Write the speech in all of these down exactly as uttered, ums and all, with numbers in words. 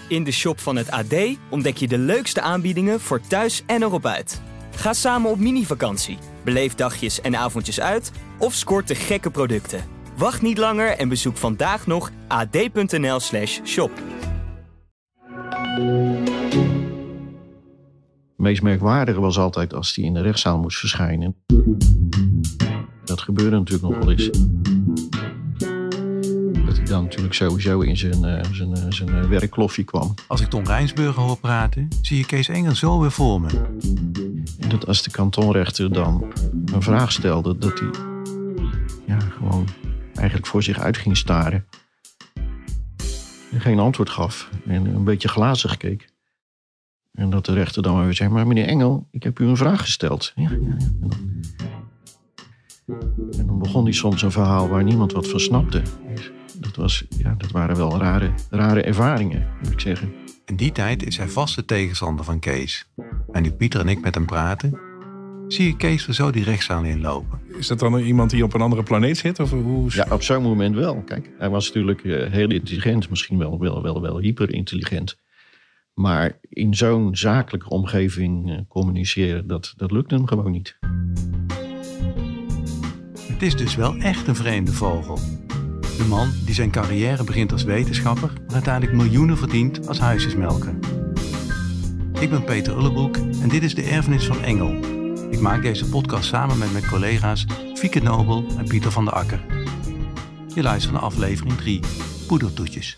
In de shop van het A D ontdek je de leukste aanbiedingen voor thuis en erop uit. Ga samen op mini-vakantie, beleef dagjes en avondjes uit of scoort de gekke producten. Wacht niet langer en bezoek vandaag nog ad.nl slash shop. Het meest merkwaardige was altijd als hij in de rechtszaal moest verschijnen. Dat gebeurde natuurlijk nog wel eens. Dat hij dan natuurlijk sowieso in zijn, uh, zijn, uh, zijn uh, werkkloffie kwam. Als ik Ton Rijnsburger hoor praten, zie je Kees Engel zo weer voor me. En dat als de kantonrechter dan een vraag stelde, dat hij ja, gewoon eigenlijk voor zich uit ging staren. En geen antwoord gaf en een beetje glazig keek. En dat de rechter dan weer zei, maar meneer Engel, ik heb u een vraag gesteld. Ja, ja, ja. En, dan, en dan begon hij soms een verhaal waar niemand wat van snapte. Dat, was, ja, dat waren wel rare, rare ervaringen, moet ik zeggen. In die tijd is hij vaste tegenstander van Kees. En nu Pieter en ik met hem praten, zie je Kees er zo die rechtszaal inlopen. Is dat dan iemand die op een andere planeet zit? Of hoe... Ja, op zo'n moment wel. Kijk, hij was natuurlijk uh, heel intelligent, misschien wel, wel, wel, wel hyperintelligent. Maar in zo'n zakelijke omgeving uh, communiceren, dat, dat lukte hem gewoon niet. Het is dus wel echt een vreemde vogel. De man die zijn carrière begint als wetenschapper, maar uiteindelijk miljoenen verdient als huisjesmelker. Ik ben Peter Ulleboek en dit is de erfenis van Engel. Ik maak deze podcast samen met mijn collega's Fieke Nobel en Pieter van der Akker. Je luistert naar aflevering drie, Poedertoetjes.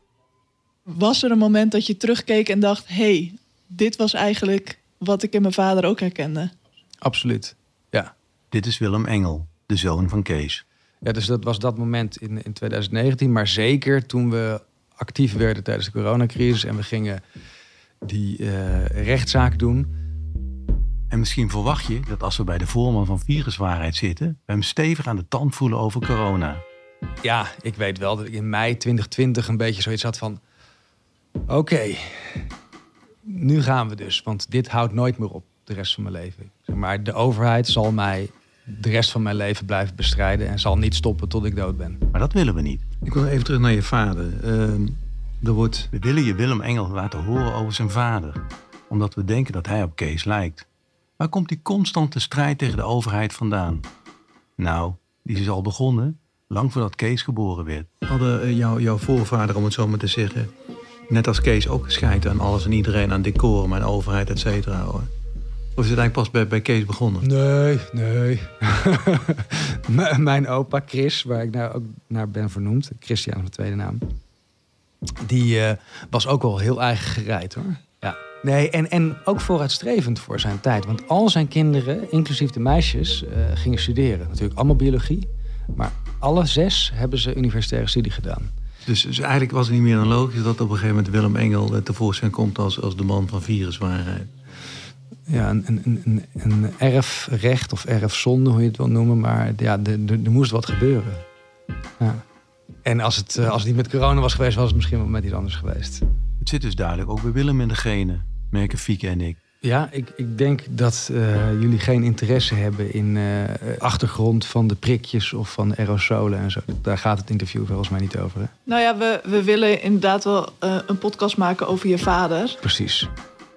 Was er een moment dat je terugkeek en dacht, hé, hey, dit was eigenlijk wat ik in mijn vader ook herkende? Absoluut, ja. Dit is Willem Engel, de zoon van Kees. Ja, dus dat was dat moment in, in twintig negentien. Maar zeker toen we actief werden tijdens de coronacrisis en we gingen die uh, rechtszaak doen. En misschien verwacht je dat als we bij de voorman van Viruswaarheid zitten, we hem stevig aan de tand voelen over corona. Ja, ik weet wel dat ik in mei twintig twintig een beetje zoiets had van, oké, okay, nu gaan we dus. Want dit houdt nooit meer op de rest van mijn leven. Zeg maar de overheid zal mij de rest van mijn leven blijven bestrijden en zal niet stoppen tot ik dood ben. Maar dat willen we niet. Ik wil even terug naar je vader. Uh, er wordt... We willen je Willem Engel laten horen over zijn vader. Omdat we denken dat hij op Kees lijkt. Waar komt die constante strijd tegen de overheid vandaan? Nou, die is al begonnen, lang voordat Kees geboren werd. Hadden uh, jou, jouw voorvader, om het zo maar te zeggen, net als Kees ook gescheiden aan alles en iedereen, aan decorum, aan overheid, et cetera, hoor? Of is het eigenlijk pas bij, bij Kees begonnen? Nee, nee. M- mijn opa Chris, waar ik nou ook naar ben vernoemd, Christian van tweede naam, die uh, was ook wel heel eigen gereid, hoor. Ja. Nee, en, en ook vooruitstrevend voor zijn tijd. Want al zijn kinderen, inclusief de meisjes, uh, gingen studeren. Natuurlijk allemaal biologie. Maar alle zes hebben ze universitaire studie gedaan. Dus, dus eigenlijk was het niet meer dan logisch dat op een gegeven moment Willem Engel uh, tevoorschijn komt als, als de man van Viruswaarheid. Ja, een, een, een, een erfrecht of erfzonde, hoe je het wil noemen. Maar ja, er moest wat gebeuren. Ja. En als het, als het niet met corona was geweest, was het misschien wel met iets anders geweest. Het zit dus duidelijk ook bij Willem in de genen, merken Fieke en ik. Ja, ik, ik denk dat uh, jullie geen interesse hebben in uh, achtergrond van de prikjes of van de aerosolen en zo. Daar gaat het interview volgens mij niet over, hè? Nou ja, we, we willen inderdaad wel uh, een podcast maken over je vader. Precies.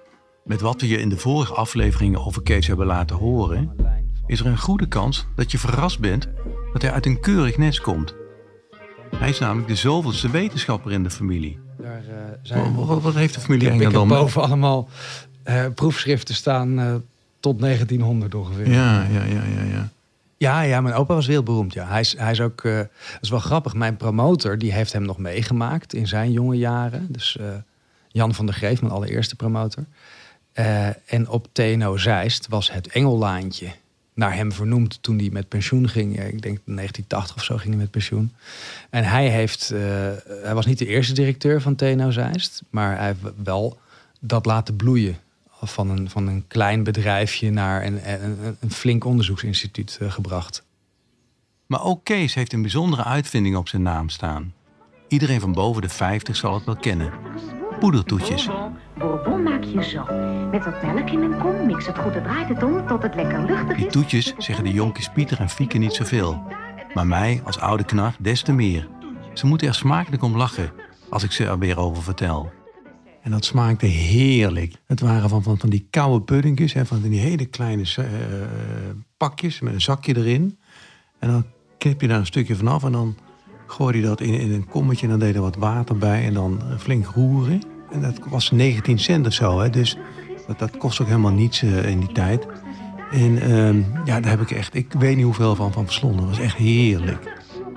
Met wat we je in de vorige afleveringen over Kees hebben laten horen, is er een goede kans dat je verrast bent dat hij uit een keurig nest komt. Hij is namelijk de zoveelste wetenschapper in de familie. Daar, uh, zijn wat, wat, wat heeft de familie Engel dan? Ik heb boven allemaal uh, proefschriften staan uh, tot negentienhonderd ongeveer. Ja, ja, ja, ja, ja. Ja, ja, mijn opa was heel beroemd. Ja. Hij, is, hij is ook, uh, dat is wel grappig, mijn promotor die heeft hem nog meegemaakt in zijn jonge jaren. Dus uh, Jan van der Greef, mijn allereerste promotor. Uh, en op T N O Zeist was het Engellaantje naar hem vernoemd toen hij met pensioen ging. Ik denk negentien tachtig of zo ging hij met pensioen. En hij heeft, uh, hij was niet de eerste directeur van T N O Zeist, maar hij heeft wel dat laten bloeien. Van een, van een klein bedrijfje naar een, een, een flink onderzoeksinstituut uh, gebracht. Maar ook Kees heeft een bijzondere uitvinding op zijn naam staan. Iedereen van boven de vijftig zal het wel kennen. Poedertoetjes. Bourbon maak je zo. Met wat melk in een kom, mix het goed, het draait het om tot het lekker luchtig is. Die toetjes zeggen de jonkies Pieter en Fieke niet zoveel. Maar mij, als oude knar, des te meer. Ze moeten er smakelijk om lachen als ik ze er weer over vertel. En dat smaakte heerlijk. Het waren van, van, van die koude puddingjes, hè, van die hele kleine uh, pakjes met een zakje erin. En dan knip je daar een stukje vanaf en dan gooi je dat in, in een kommetje en dan deed je er wat water bij en dan flink roeren. En dat was negentien cent of zo, hè, dus dat, dat kost ook helemaal niets uh, in die tijd. En uh, ja, daar heb ik echt, ik weet niet hoeveel van, van verslonden. Dat was echt heerlijk.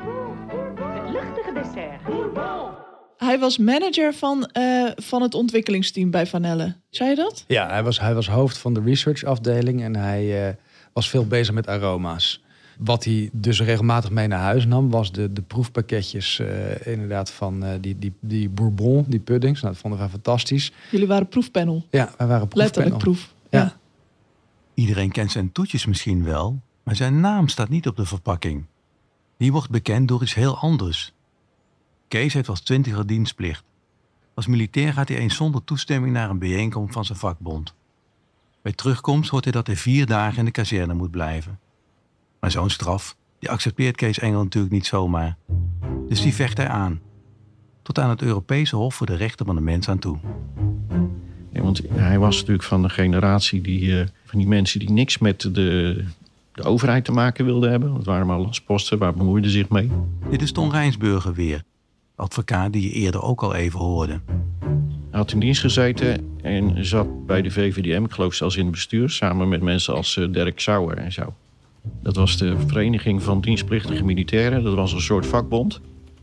Hij was manager van, uh, van het ontwikkelingsteam bij Van Elle. Zei je dat? Ja, hij was, hij was hoofd van de researchafdeling en hij uh, was veel bezig met aroma's. Wat hij dus regelmatig mee naar huis nam, was de, de proefpakketjes uh, inderdaad van uh, die, die, die Bourbon, die puddings. Nou, dat vonden wij fantastisch. Jullie waren proefpanel? Ja, wij waren proefpanel. Letterlijk proef. Ja. Ja. Iedereen kent zijn toetjes misschien wel, maar zijn naam staat niet op de verpakking. Die wordt bekend door iets heel anders. Kees heeft als twintiger dienstplicht. Als militair gaat hij eens zonder toestemming naar een bijeenkomst van zijn vakbond. Bij terugkomst hoort hij dat hij vier dagen in de kazerne moet blijven. Maar zo'n straf, die accepteert Kees Engel natuurlijk niet zomaar. Dus die vecht hij aan. Tot aan het Europese Hof voor de Rechten van de Mens aan toe. Ja, want hij was natuurlijk van de generatie die, uh, van die mensen die niks met de, de overheid te maken wilden hebben. Dat waren maar lastposten, waar bemoeide zich mee. Dit is Ton Rijnsburger weer. Advocaat die je eerder ook al even hoorde. Hij had in dienst gezeten en zat bij de V V D M, ik geloof zelfs in het bestuur, samen met mensen als Dirk Sauer en zo. Dat was de Vereniging van Dienstplichtige Militairen, dat was een soort vakbond.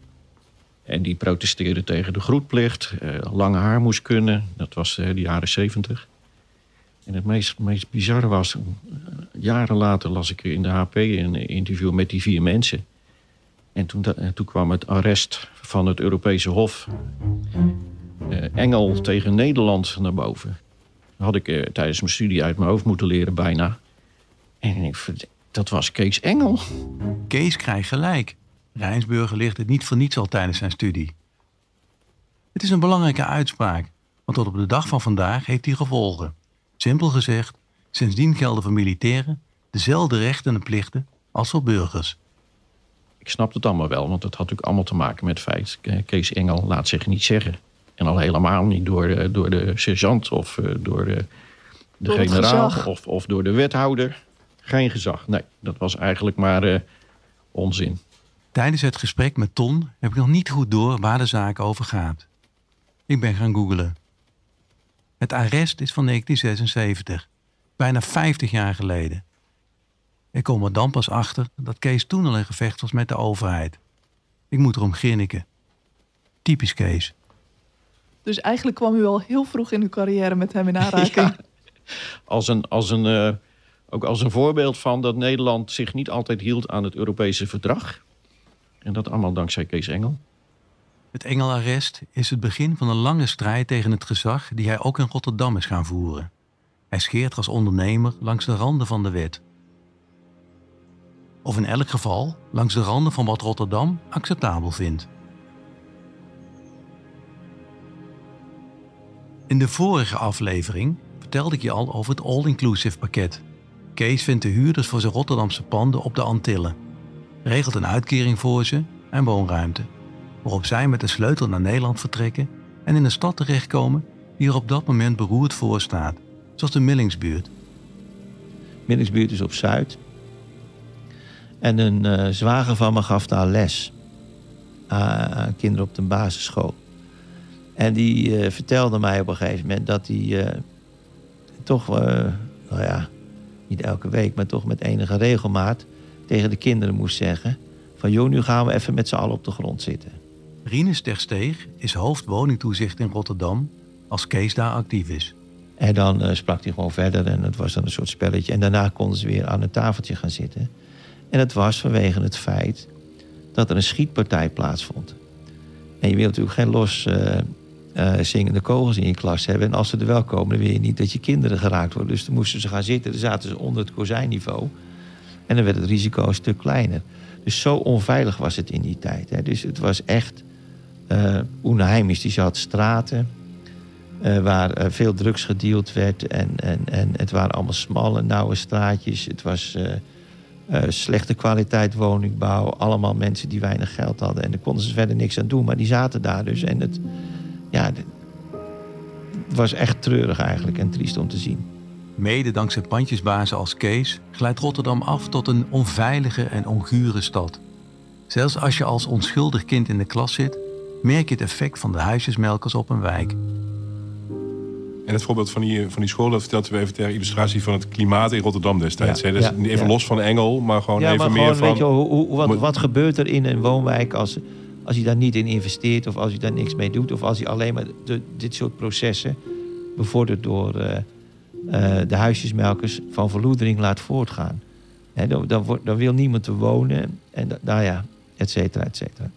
En die protesteerden tegen de groetplicht, uh, lange haar moest kunnen, dat was uh, de jaren zeventig. En het meest, meest bizarre was, uh, jaren later las ik in de H P een interview met die vier mensen. En toen, toen kwam het arrest van het Europese Hof. Uh, Engel tegen Nederland naar boven. Dat had ik uh, tijdens mijn studie uit mijn hoofd moeten leren bijna. En ik, dat was Kees Engel. Kees krijgt gelijk. Rijnsburger ligt het niet voor niets al tijdens zijn studie. Het is een belangrijke uitspraak, want tot op de dag van vandaag heeft hij gevolgen. Simpel gezegd, sindsdien gelden voor militairen dezelfde rechten en plichten als voor burgers. Ik snap het allemaal wel, want dat had natuurlijk allemaal te maken met het feit. Kees Engel laat zich niet zeggen. En al helemaal niet door, door de sergeant of door de, de door generaal of, of door de wethouder. Geen gezag. Nee, dat was eigenlijk maar uh, onzin. Tijdens het gesprek met Ton heb ik nog niet goed door waar de zaak over gaat. Ik ben gaan googlen. Het arrest is van negentien zesenzeventig, bijna vijftig jaar geleden. Ik kom er dan pas achter dat Kees toen al in gevecht was met de overheid. Ik moet erom grinniken. Typisch Kees. Dus eigenlijk kwam u al heel vroeg in uw carrière met hem in aanraking. Ja, als een, als een, uh, ook als een voorbeeld van dat Nederland zich niet altijd hield aan het Europese verdrag. En dat allemaal dankzij Kees Engel. Het Engelarrest is het begin van een lange strijd tegen het gezag die hij ook in Rotterdam is gaan voeren. Hij scheert als ondernemer langs de randen van de wet. Of in elk geval langs de randen van wat Rotterdam acceptabel vindt. In de vorige aflevering vertelde ik je al over het all-inclusive pakket. Kees vindt de huurders voor zijn Rotterdamse panden op de Antillen. Regelt een uitkering voor ze en woonruimte. Waarop zij met de sleutel naar Nederland vertrekken en in een stad terechtkomen die er op dat moment beroerd voor staat. Zoals de Millingsbuurt. Millingsbuurt is op Zuid. En een uh, zwager van me gaf daar les aan kinderen op de basisschool. En die uh, vertelde mij op een gegeven moment dat hij uh, toch, uh, nou ja, niet elke week, maar toch met enige regelmaat tegen de kinderen moest zeggen van joh, nu gaan we even met z'n allen op de grond zitten. Rinus Tersteeg is hoofd woningtoezicht in Rotterdam als Kees daar actief is. En dan uh, sprak hij gewoon verder en het was dan een soort spelletje. En daarna konden ze weer aan een tafeltje gaan zitten. En dat was vanwege het feit dat er een schietpartij plaatsvond. En je wil natuurlijk geen los uh, uh, zingende kogels in je klas hebben. En als ze er wel komen, dan wil je niet dat je kinderen geraakt worden. Dus dan moesten ze gaan zitten. Dan zaten ze onder het kozijnniveau. En dan werd het risico een stuk kleiner. Dus zo onveilig was het in die tijd. Hè. Dus het was echt uh, onheimisch. Die zat straten uh, waar uh, veel drugs gedeeld werd. En, en, en het waren allemaal smalle, nauwe straatjes. Het was uh, uh, slechte kwaliteit woningbouw. Allemaal mensen die weinig geld hadden. En daar konden ze verder niks aan doen. Maar die zaten daar dus. En het, ja, was echt treurig eigenlijk en triest om te zien. Mede dankzij pandjesbazen als Kees glijdt Rotterdam af tot een onveilige en ongure stad. Zelfs als je als onschuldig kind in de klas zit, merk je het effect van de huisjesmelkers op een wijk. En het voorbeeld van die, van die school, dat vertelt u even ter illustratie van het klimaat in Rotterdam destijds. Ja, dus ja, even ja. los van Engel, maar gewoon ja, even maar meer gewoon, van... Weet je, hoe, hoe, wat, wat gebeurt er in een woonwijk als, als je daar niet in investeert... of als je daar niks mee doet... of als je alleen maar de, dit soort processen... bevorderd door uh, uh, de huisjesmelkers van verloedering laat voortgaan. He, dan, dan, wordt, dan wil niemand te wonen. En da, nou ja, et cetera, et cetera.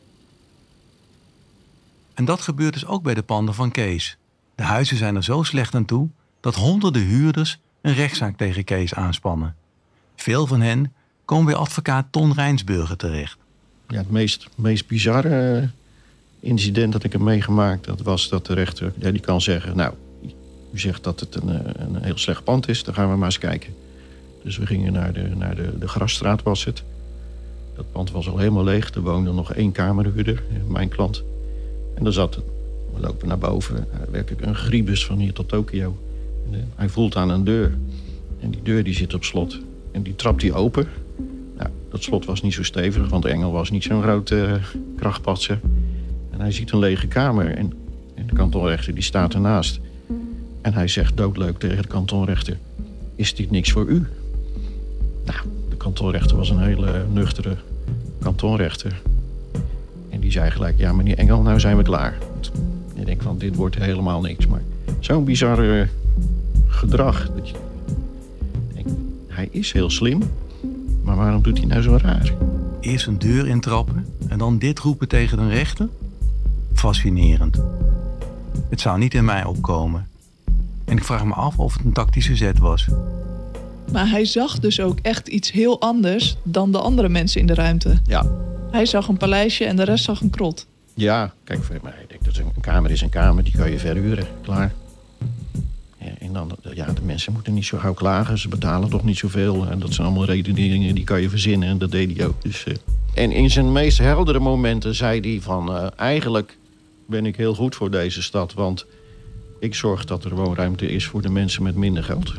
En dat gebeurt dus ook bij de panden van Kees. De huizen zijn er zo slecht aan toe dat honderden huurders een rechtszaak tegen Kees aanspannen. Veel van hen komen bij advocaat Ton Rijnsburger terecht. Ja, het meest, meest bizarre incident dat ik heb meegemaakt... dat was dat de rechter, ja, die kan zeggen... nou, u zegt dat het een, een heel slecht pand is, dan gaan we maar eens kijken. Dus we gingen naar de, naar de, de Grasstraat was het. Dat pand was al helemaal leeg. Er woonde nog één kamerhuurder, mijn klant. En daar zat het. We lopen naar boven. Werkelijk een griebus van hier tot Tokio. En, uh, hij voelt aan een deur. En die deur die zit op slot. En die trapt hij open. Nou, dat slot was niet zo stevig, want de Engel was niet zo'n grote uh, krachtpatser. En hij ziet een lege kamer. En, en de kantonrechter die staat ernaast. En hij zegt doodleuk tegen de kantonrechter... is dit niks voor u? Nou, de kantonrechter was een hele nuchtere kantonrechter. En die zei gelijk, ja meneer Engel, nou zijn we klaar. Ik denk van, dit wordt helemaal niks. Maar zo'n bizar uh, gedrag. Dat je denkt, hij is heel slim, maar waarom doet hij nou zo raar? Eerst een deur intrappen en dan dit roepen tegen een rechter? Fascinerend. Het zou niet in mij opkomen. En ik vraag me af of het een tactische zet was. Maar hij zag dus ook echt iets heel anders dan de andere mensen in de ruimte. Ja. Hij zag een paleisje en de rest zag een krot. Ja, kijk, maar ik denk dat een kamer is een kamer, die kan je verhuren, klaar. Ja, en dan, ja, de mensen moeten niet zo gauw klagen, ze betalen toch niet zoveel. En dat zijn allemaal redeneringen, die kan je verzinnen en dat deed hij ook. Dus, uh... En in zijn meest heldere momenten zei hij van, uh, eigenlijk ben ik heel goed voor deze stad, want ik zorg dat er woonruimte is voor de mensen met minder geld.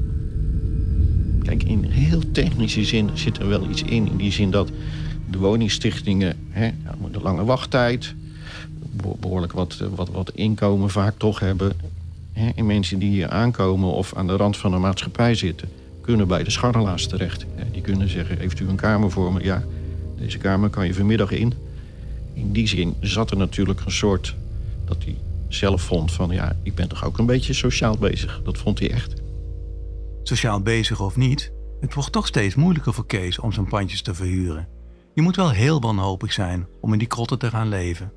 Kijk, in heel technische zin zit er wel iets in. In die zin dat de woningstichtingen, hè, de lange wachttijd, behoorlijk wat, wat, wat inkomen vaak toch hebben. Hè, en mensen die hier aankomen of aan de rand van de maatschappij zitten, kunnen bij de scharrelaars terecht. Die kunnen zeggen, heeft u een kamer voor me? Ja, deze kamer kan je vanmiddag in. In die zin zat er natuurlijk een soort, dat hij zelf vond van, ja, ik ben toch ook een beetje sociaal bezig. Dat vond hij echt. Sociaal bezig of niet, het wordt toch steeds moeilijker voor Kees om zijn pandjes te verhuren. Je moet wel heel wanhopig zijn om in die krotten te gaan leven.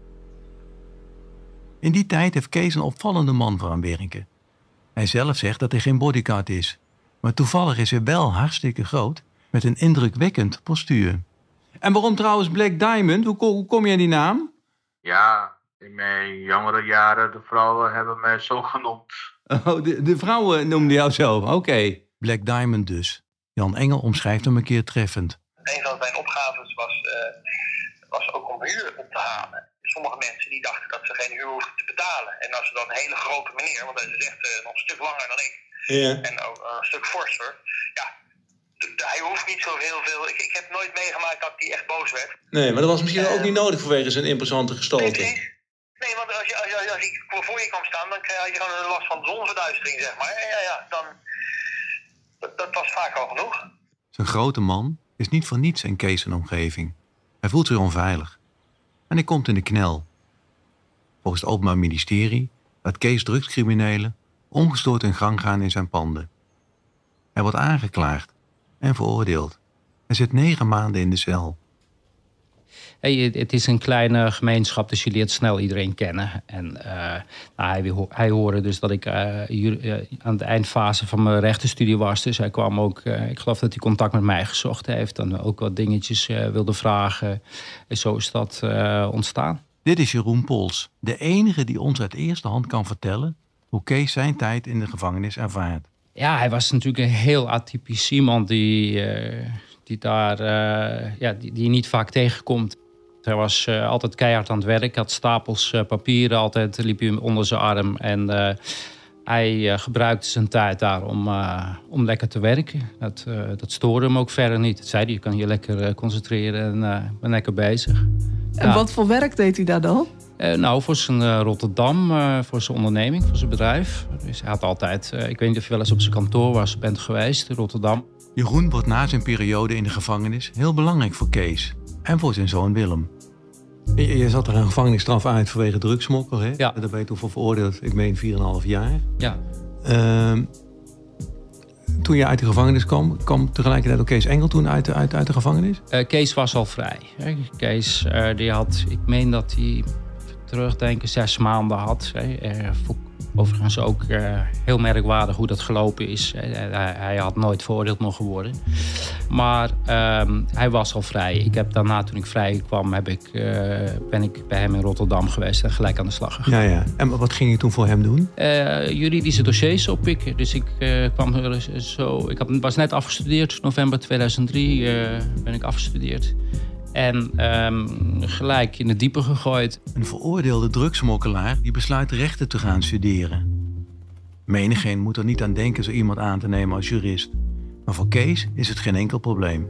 In die tijd heeft Kees een opvallende man voor aan werken. Hij zelf zegt dat hij geen bodyguard is, maar toevallig is hij wel hartstikke groot met een indrukwekkend postuur. En waarom trouwens Black Diamond? Hoe, hoe kom je aan die naam? Ja, in mijn jongere jaren, de vrouwen hebben mij zo genoemd. Oh, de, de vrouwen noemden jou zo, oké. Okay. Black Diamond dus. Jan Engel omschrijft hem een keer treffend. Een van zijn opgaves was, uh, was ook om huur op te halen. Sommige mensen die dachten dat ze geen huur hoefden te betalen. En als ze dan een hele grote meneer, want hij is echt uh, nog een stuk langer dan ik. Ja. En ook uh, een stuk forser. Ja, de, de, hij hoeft niet zo heel veel. Ik, ik heb nooit meegemaakt dat hij echt boos werd. Nee, maar dat was misschien uh, ook niet nodig vanwege zijn imposante gestalte. Nee, nee, want als je, als, je, als je voor je kwam staan, dan krijg je gewoon last van zonverduistering, zeg maar. Ja, ja, ja, dan, dat, dat was vaak al genoeg. Zijn grote man is niet voor niets in Kees zijn omgeving. Hij voelt zich onveilig. En hij komt in de knel. Volgens het Openbaar Ministerie laat Kees drugscriminelen ongestoord in gang gaan in zijn panden. Hij wordt aangeklaagd en veroordeeld. Hij zit negen maanden in de cel. Hey, het is een kleine gemeenschap, dus je leert snel iedereen kennen. En uh, nou, hij, hij hoorde dus dat ik uh, hier, uh, aan de eindfase van mijn rechtenstudie was. Dus hij kwam ook, uh, ik geloof dat hij contact met mij gezocht heeft. En ook wat dingetjes uh, wilde vragen. En zo is dat uh, ontstaan. Dit is Jeroen Pols, de enige die ons uit eerste hand kan vertellen hoe Kees zijn tijd in de gevangenis ervaart. Ja, hij was natuurlijk een heel atypisch iemand die, uh, die daar uh, ja, die, die je niet vaak tegenkomt. Hij was uh, altijd keihard aan het werk. Had stapels uh, papieren altijd, liep hij onder zijn arm. En uh, hij uh, gebruikte zijn tijd daar om, uh, om lekker te werken. Dat, uh, dat stoorde hem ook verder niet. Dat zei hij, je kan je lekker uh, concentreren en uh, ben lekker bezig. En ja. Wat voor werk deed hij daar dan? Uh, nou, voor zijn uh, Rotterdam, uh, voor zijn onderneming, voor zijn bedrijf. Dus hij had altijd, uh, ik weet niet of je wel eens op zijn kantoor was, bent geweest, in Rotterdam. Jeroen wordt na zijn periode in de gevangenis heel belangrijk voor Kees en voor zijn zoon Willem. Je, je zat er een gevangenisstraf uit vanwege drugsmokkel, hè? Ja. Daar ben je toen voor veroordeeld, ik meen vier komma vijf jaar. Ja. Uh, toen je uit de gevangenis kwam, kwam tegelijkertijd ook Kees Engel toen uit, uit, uit de gevangenis? Uh, Kees was al vrij. Hè? Kees, uh, die had, ik meen dat hij, terugdenken, zes maanden had. Hè? Uh, overigens ook uh, heel merkwaardig hoe dat gelopen is. Uh, hij, hij had nooit veroordeeld mogen worden. Maar uh, hij was al vrij. Ik heb daarna, toen ik vrij kwam, heb ik, uh, ben ik bij hem in Rotterdam geweest en gelijk aan de slag gegaan. Ja, ja. En wat ging je toen voor hem doen? Uh, juridische dossiers oppikken. Dus ik uh, kwam er zo. Ik had, was net afgestudeerd. November tweeduizend drie uh, ben ik afgestudeerd. En um, gelijk in het diepe gegooid. Een veroordeelde drugsmokkelaar die besluit rechten te gaan studeren. Menigeen moet er niet aan denken zo iemand aan te nemen als jurist. Maar voor Kees is het geen enkel probleem.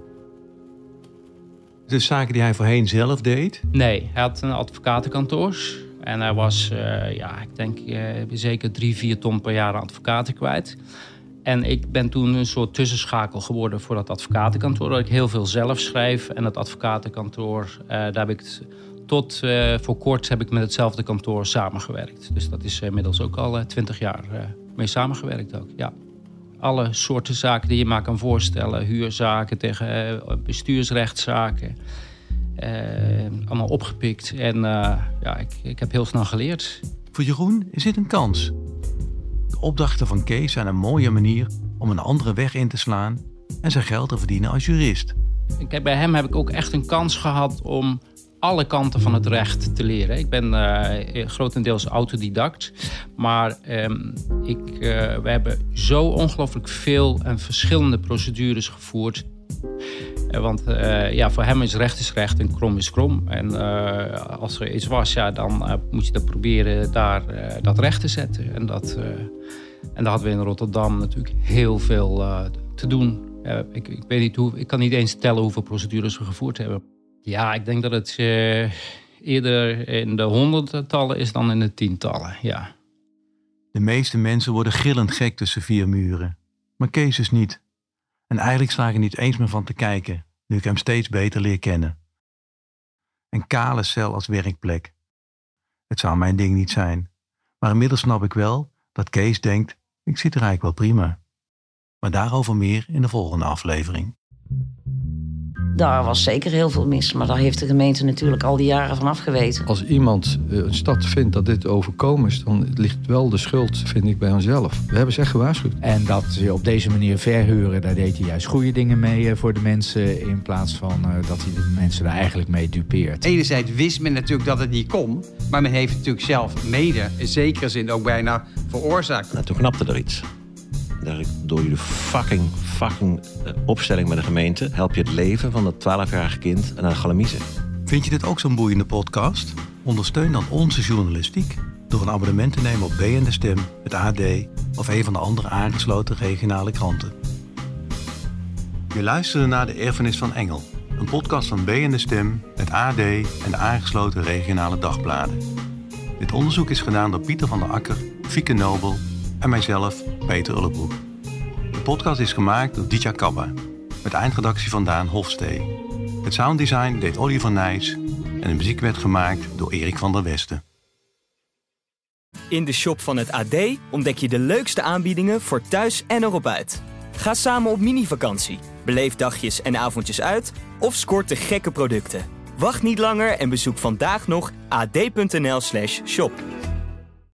Dus zaken die hij voorheen zelf deed? Nee, hij had een advocatenkantoor. En hij was, uh, ja, ik denk uh, zeker drie, vier ton per jaar aan advocaten kwijt. En ik ben toen een soort tussenschakel geworden voor dat advocatenkantoor. Dat ik heel veel zelf schrijf. En dat advocatenkantoor, uh, daar heb ik tot uh, voor kort heb ik met hetzelfde kantoor samengewerkt. Dus dat is inmiddels ook al twintig jaar uh, mee samengewerkt ook, ja. Alle soorten zaken die je maar kan voorstellen. Huurzaken tegen uh, bestuursrechtszaken. Uh, allemaal opgepikt. En uh, ja, ik, ik heb heel snel geleerd. Voor Jeroen is dit een kans. De opdrachten van Kees zijn een mooie manier om een andere weg in te slaan en zijn geld te verdienen als jurist. Kijk, bij hem heb ik ook echt een kans gehad om alle kanten van het recht te leren. Ik ben uh, grotendeels autodidact, maar um, ik, uh, we hebben zo ongelooflijk veel en verschillende procedures gevoerd. Uh, want uh, ja, voor hem is recht is recht en krom is krom. En uh, als er iets was, ja, dan uh, moet je dat proberen daar uh, dat recht te zetten. En, dat, uh, en daar hadden we in Rotterdam natuurlijk heel veel uh, te doen. Uh, ik, ik, weet niet hoe, ik kan niet eens tellen hoeveel procedures we gevoerd hebben. Ja, ik denk dat het uh, eerder in de honderdtallen is dan in de tientallen, ja. De meeste mensen worden gillend gek tussen vier muren. Maar Kees is niet. En eigenlijk sla ik er niet eens meer van te kijken, nu ik hem steeds beter leer kennen. Een kale cel als werkplek. Het zou mijn ding niet zijn. Maar inmiddels snap ik wel dat Kees denkt, ik zit er eigenlijk wel prima. Maar daarover meer in de volgende aflevering. Daar was zeker heel veel mis, maar daar heeft de gemeente natuurlijk al die jaren van afgeweten. Als iemand, een stad vindt dat dit overkomen is, dan ligt wel de schuld, vind ik, bij onszelf. We hebben ze echt gewaarschuwd. En dat ze op deze manier verhuren, daar deed hij juist goede dingen mee voor de mensen, in plaats van uh, dat hij de mensen daar eigenlijk mee dupeert. Enerzijds wist men natuurlijk dat het niet kon, maar men heeft het natuurlijk zelf mede, in zekere zin ook bijna veroorzaakt. En toen knapte er iets. Door jullie fucking, fucking opstelling met de gemeente help je het leven van dat twaalfjarige kind naar de galamiezen. Vind je dit ook zo'n boeiende podcast? Ondersteun dan onze journalistiek door een abonnement te nemen op B en de Stem, het A D of een van de andere aangesloten regionale kranten. Je luisterde naar De Erfenis van Engel, een podcast van B en de Stem, het A D en de aangesloten regionale dagbladen. Dit onderzoek is gedaan door Pieter van der Akker, Fieke Nobel en mijzelf, Peter Ullebroek. De podcast is gemaakt door Ditya Kabba, met eindredactie van Daan Hofstee. Het sounddesign deed Oliver Nijs en de muziek werd gemaakt door Erik van der Westen. In de shop van het A D ontdek je de leukste aanbiedingen voor thuis en erop uit. Ga samen op mini-vakantie, beleef dagjes en avondjes uit of scoort de gekke producten. Wacht niet langer en bezoek vandaag nog a d punt n l slash shop.